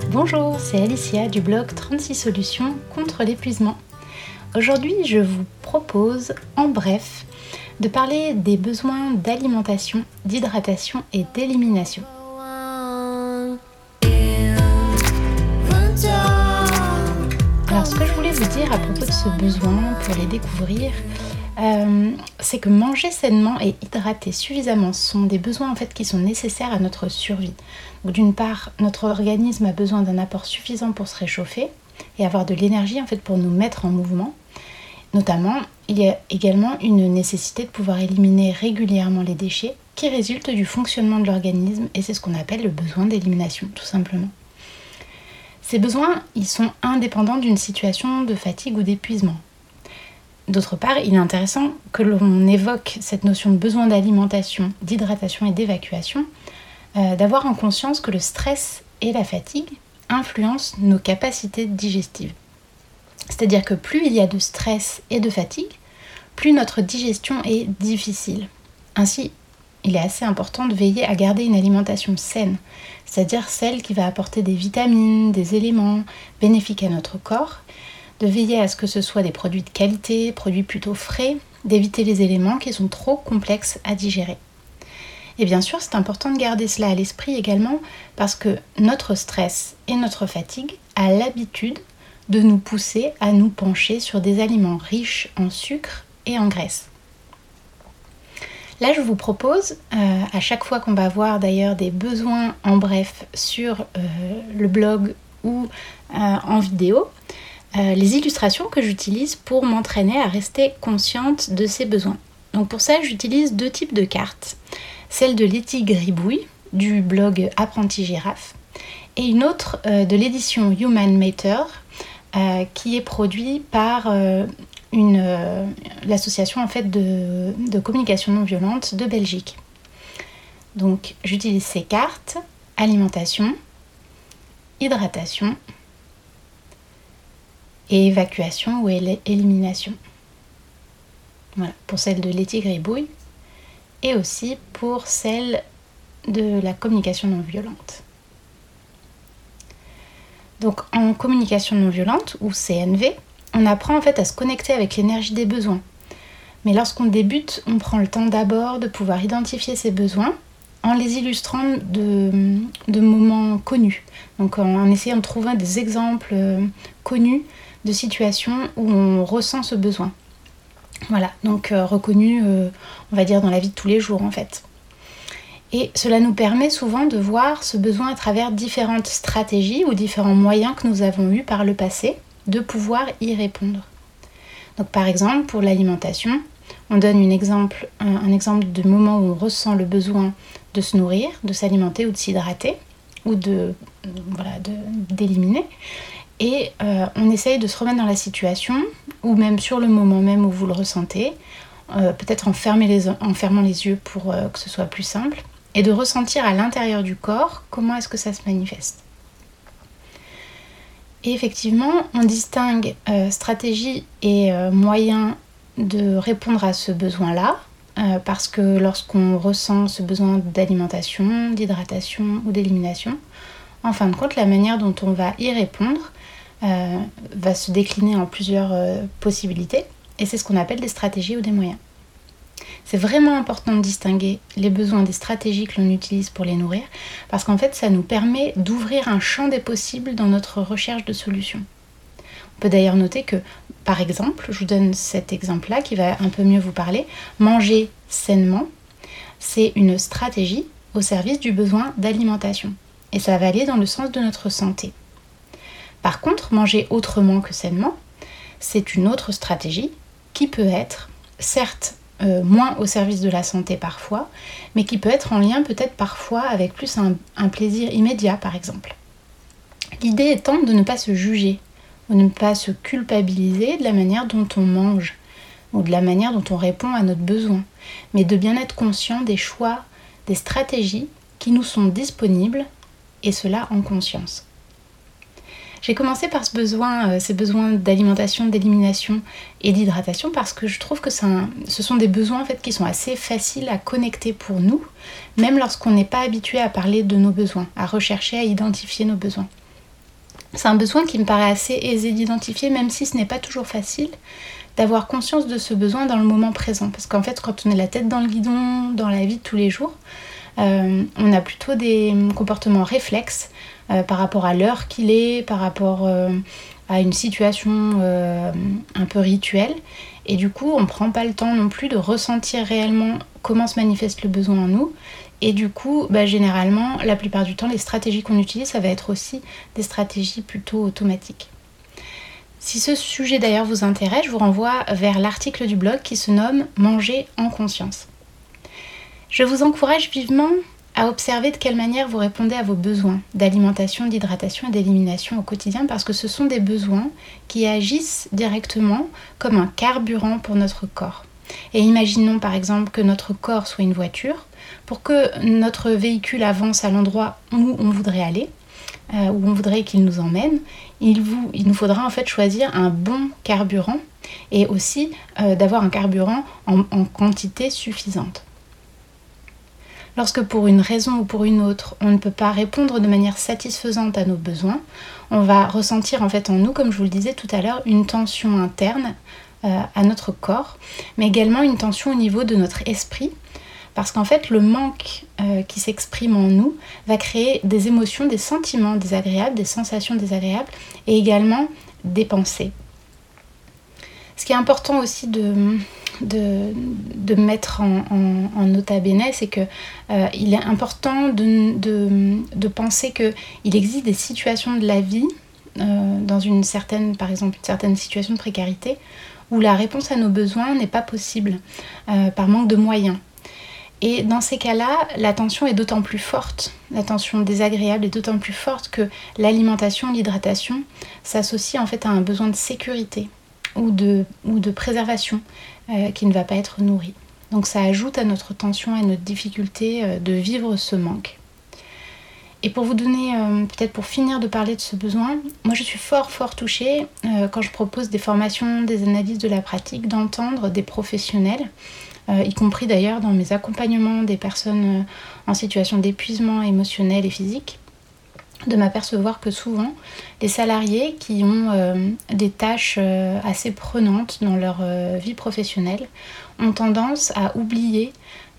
Bonjour, c'est Alicia du blog 36 solutions contre l'épuisement. Aujourd'hui, je vous propose, en bref, de parler des besoins d'alimentation, d'hydratation et d'élimination. Alors, ce que je voulais vous dire à propos de ce besoin, pour les découvrir, c'est que manger sainement et hydrater suffisamment sont des besoins qui sont nécessaires à notre survie. Donc, d'une part, notre organisme a besoin d'un apport suffisant pour se réchauffer et avoir de l'énergie pour nous mettre en mouvement. Notamment, il y a également une nécessité de pouvoir éliminer régulièrement les déchets qui résultent du fonctionnement de l'organisme, et c'est ce qu'on appelle le besoin d'élimination, tout simplement. Ces besoins, ils sont indépendants d'une situation de fatigue ou d'épuisement. D'autre part, il est intéressant que l'on évoque cette notion de besoin d'alimentation, d'hydratation et d'évacuation, d'avoir en conscience que le stress et la fatigue influencent nos capacités digestives. C'est-à-dire que plus il y a de stress et de fatigue, plus notre digestion est difficile. Ainsi, il est assez important de veiller à garder une alimentation saine, c'est-à-dire celle qui va apporter des vitamines, des éléments bénéfiques à notre corps, de veiller à ce que ce soit des produits de qualité, produits plutôt frais, d'éviter les éléments qui sont trop complexes à digérer. Et bien sûr, c'est important de garder cela à l'esprit également parce que notre stress et notre fatigue a l'habitude de nous pousser à nous pencher sur des aliments riches en sucre et en graisse. Là, je vous propose, à chaque fois qu'on va voir d'ailleurs des besoins en bref sur le blog ou en vidéo, les illustrations que j'utilise pour m'entraîner à rester consciente de ces besoins. Donc pour ça, j'utilise deux types de cartes. Celle de Letty Gribouille du blog Apprenti Girafe et une autre de l'édition Human Matter qui est produite par l'association de communication non violente de Belgique. Donc j'utilise ces cartes: alimentation, hydratation et évacuation ou élimination. Voilà, pour celle de Letty Gribouille et aussi pour celle de la communication non violente. Donc en communication non violente ou CNV, on apprend à se connecter avec l'énergie des besoins. Mais lorsqu'on débute, on prend le temps d'abord de pouvoir identifier ces besoins en les illustrant de moments connus. Donc en essayant de trouver des exemples connus de situations où on ressent ce besoin. Voilà, donc reconnu, on va dire, dans la vie de tous les jours Et cela nous permet souvent de voir ce besoin à travers différentes stratégies ou différents moyens que nous avons eus par le passé de pouvoir y répondre. Donc par exemple, pour l'alimentation, on donne un exemple de moment où on ressent le besoin de se nourrir, de s'alimenter ou de s'hydrater, ou d'éliminer. Et on essaye de se remettre dans la situation, ou même sur le moment même où vous le ressentez, peut-être en fermant les yeux pour que ce soit plus simple, et de ressentir à l'intérieur du corps comment est-ce que ça se manifeste. Et effectivement, on distingue stratégie et moyen de répondre à ce besoin-là, parce que lorsqu'on ressent ce besoin d'alimentation, d'hydratation ou d'élimination, en fin de compte, la manière dont on va y répondre va se décliner en plusieurs possibilités, et c'est ce qu'on appelle des stratégies ou des moyens. C'est vraiment important de distinguer les besoins des stratégies que l'on utilise pour les nourrir, parce qu'en fait, ça nous permet d'ouvrir un champ des possibles dans notre recherche de solutions. On peut d'ailleurs noter que, par exemple, je vous donne cet exemple-là qui va un peu mieux vous parler, manger sainement, c'est une stratégie au service du besoin d'alimentation, et ça va aller dans le sens de notre santé. Par contre, manger autrement que sainement, c'est une autre stratégie qui peut être, certes, moins au service de la santé parfois, mais qui peut être en lien peut-être parfois avec plus un plaisir immédiat par exemple. L'idée étant de ne pas se juger ou de ne pas se culpabiliser de la manière dont on mange ou de la manière dont on répond à notre besoin, mais de bien être conscient des choix, des stratégies qui nous sont disponibles et cela en conscience. J'ai commencé par ces besoins d'alimentation, d'élimination et d'hydratation parce que je trouve que ce sont des besoins qui sont assez faciles à connecter pour nous, même lorsqu'on n'est pas habitué à parler de nos besoins, à rechercher, à identifier nos besoins. C'est un besoin qui me paraît assez aisé d'identifier, même si ce n'est pas toujours facile, d'avoir conscience de ce besoin dans le moment présent. Parce qu'en fait, quand on est la tête dans le guidon, dans la vie de tous les jours, on a plutôt des comportements réflexes par rapport à l'heure qu'il est, par rapport à une situation un peu rituelle. Et du coup, on ne prend pas le temps non plus de ressentir réellement comment se manifeste le besoin en nous. Et du coup, généralement, la plupart du temps, les stratégies qu'on utilise, ça va être aussi des stratégies plutôt automatiques. Si ce sujet d'ailleurs vous intéresse, je vous renvoie vers l'article du blog qui se nomme « Manger en conscience ». Je vous encourage vivement à observer de quelle manière vous répondez à vos besoins d'alimentation, d'hydratation et d'élimination au quotidien, parce que ce sont des besoins qui agissent directement comme un carburant pour notre corps. Et imaginons par exemple que notre corps soit une voiture. Pour que notre véhicule avance à l'endroit où on voudrait aller, où on voudrait qu'il nous emmène, il nous faudra en fait choisir un bon carburant et aussi d'avoir un carburant en quantité suffisante. Lorsque pour une raison ou pour une autre, on ne peut pas répondre de manière satisfaisante à nos besoins, on va ressentir en fait en nous, comme je vous le disais tout à l'heure, une tension interne à notre corps, mais également une tension au niveau de notre esprit, parce qu'en fait le manque qui s'exprime en nous va créer des émotions, des sentiments désagréables, des sensations désagréables et également des pensées. Ce qui est important aussi de mettre en nota bene, c'est que il est important de penser qu'il existe des situations de la vie, dans par exemple une certaine situation de précarité, où la réponse à nos besoins n'est pas possible par manque de moyens. Et dans ces cas-là, la tension est d'autant plus forte, la tension désagréable est d'autant plus forte que l'alimentation, l'hydratation s'associe en fait à un besoin de sécurité ou de préservation qui ne va pas être nourri. Donc ça ajoute à notre tension et à notre difficulté de vivre ce manque. Et pour vous donner, peut-être pour finir de parler de ce besoin, moi je suis fort touchée quand je propose des formations, des analyses de la pratique, d'entendre des professionnels, y compris d'ailleurs dans mes accompagnements des personnes en situation d'épuisement émotionnel et physique, de m'apercevoir que souvent les salariés qui ont des tâches assez prenantes dans leur vie professionnelle ont tendance à oublier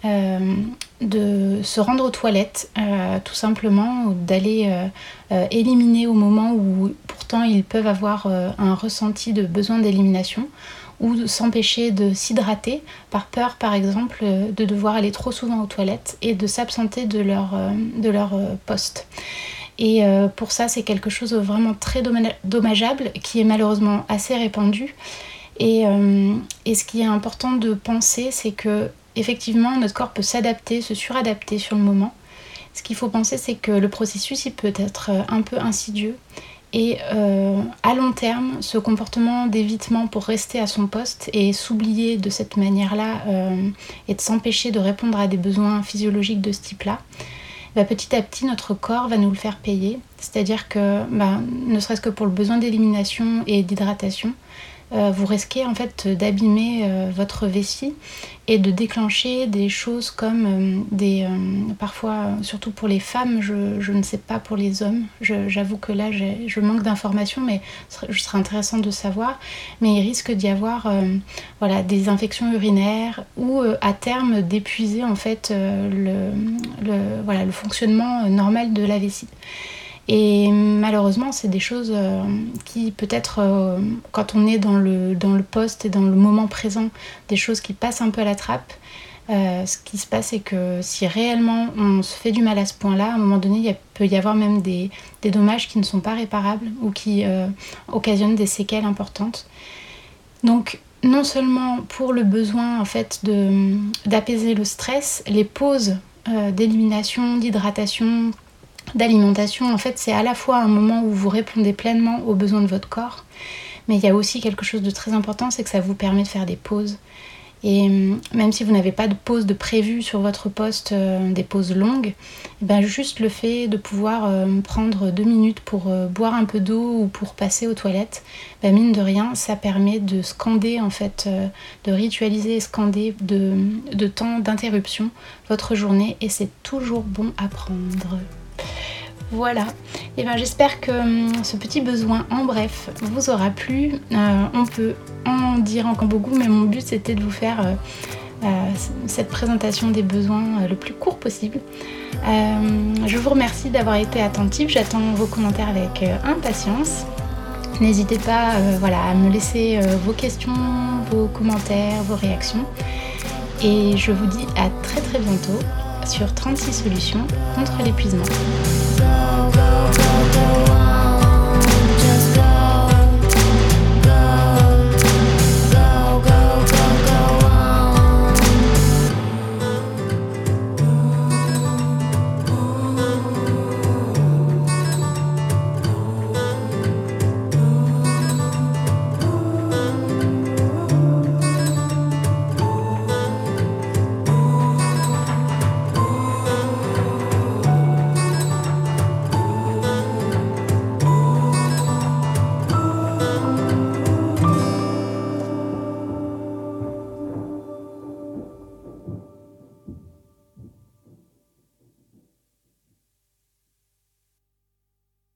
de se rendre aux toilettes tout simplement, ou d'aller éliminer au moment où pourtant ils peuvent avoir un ressenti de besoin d'élimination, ou de s'empêcher de s'hydrater par peur par exemple de devoir aller trop souvent aux toilettes et de s'absenter de leur poste. Et pour ça, c'est quelque chose de vraiment très dommageable qui est malheureusement assez répandu. Et ce qui est important de penser, c'est que effectivement, notre corps peut s'adapter, se suradapter sur le moment. Ce qu'il faut penser, c'est que le processus, il peut être un peu insidieux. Et à long terme, ce comportement d'évitement pour rester à son poste et s'oublier de cette manière-là et de s'empêcher de répondre à des besoins physiologiques de ce type-là, petit à petit, notre corps va nous le faire payer. C'est-à-dire que, ne serait-ce que pour le besoin d'élimination et d'hydratation, vous risquez en fait d'abîmer votre vessie et de déclencher des choses comme parfois, surtout pour les femmes, je ne sais pas pour les hommes, j'avoue que là je manque d'informations, mais ce serait intéressant de savoir, mais il risque d'y avoir des infections urinaires ou à terme d'épuiser en fait le fonctionnement normal de la vessie. Et malheureusement, c'est des choses qui peut-être, quand on est dans le poste et dans le moment présent, des choses qui passent un peu à la trappe. Ce qui se passe, c'est que si réellement on se fait du mal à ce point-là, à un moment donné, il peut y avoir même des dommages qui ne sont pas réparables ou qui occasionnent des séquelles importantes. Donc, non seulement pour le besoin en fait d'apaiser le stress, les pauses d'élimination, d'hydratation, d'alimentation, en fait, c'est à la fois un moment où vous répondez pleinement aux besoins de votre corps, mais il y a aussi quelque chose de très important, c'est que ça vous permet de faire des pauses. Et même si vous n'avez pas de pause de prévu sur votre poste, des pauses longues, juste le fait de pouvoir prendre 2 minutes pour boire un peu d'eau ou pour passer aux toilettes, mine de rien, ça permet de scander, en fait, de ritualiser et scander de temps d'interruption votre journée, et c'est toujours bon à prendre. Voilà, et ben j'espère que ce petit besoin en bref vous aura plu. On peut en dire encore beaucoup, mais mon but c'était de vous faire cette présentation des besoins le plus court possible. Je vous remercie d'avoir été attentif, j'attends vos commentaires avec impatience. N'hésitez pas à me laisser vos questions, vos commentaires, vos réactions. Et je vous dis à très très bientôt sur 36 solutions contre l'épuisement.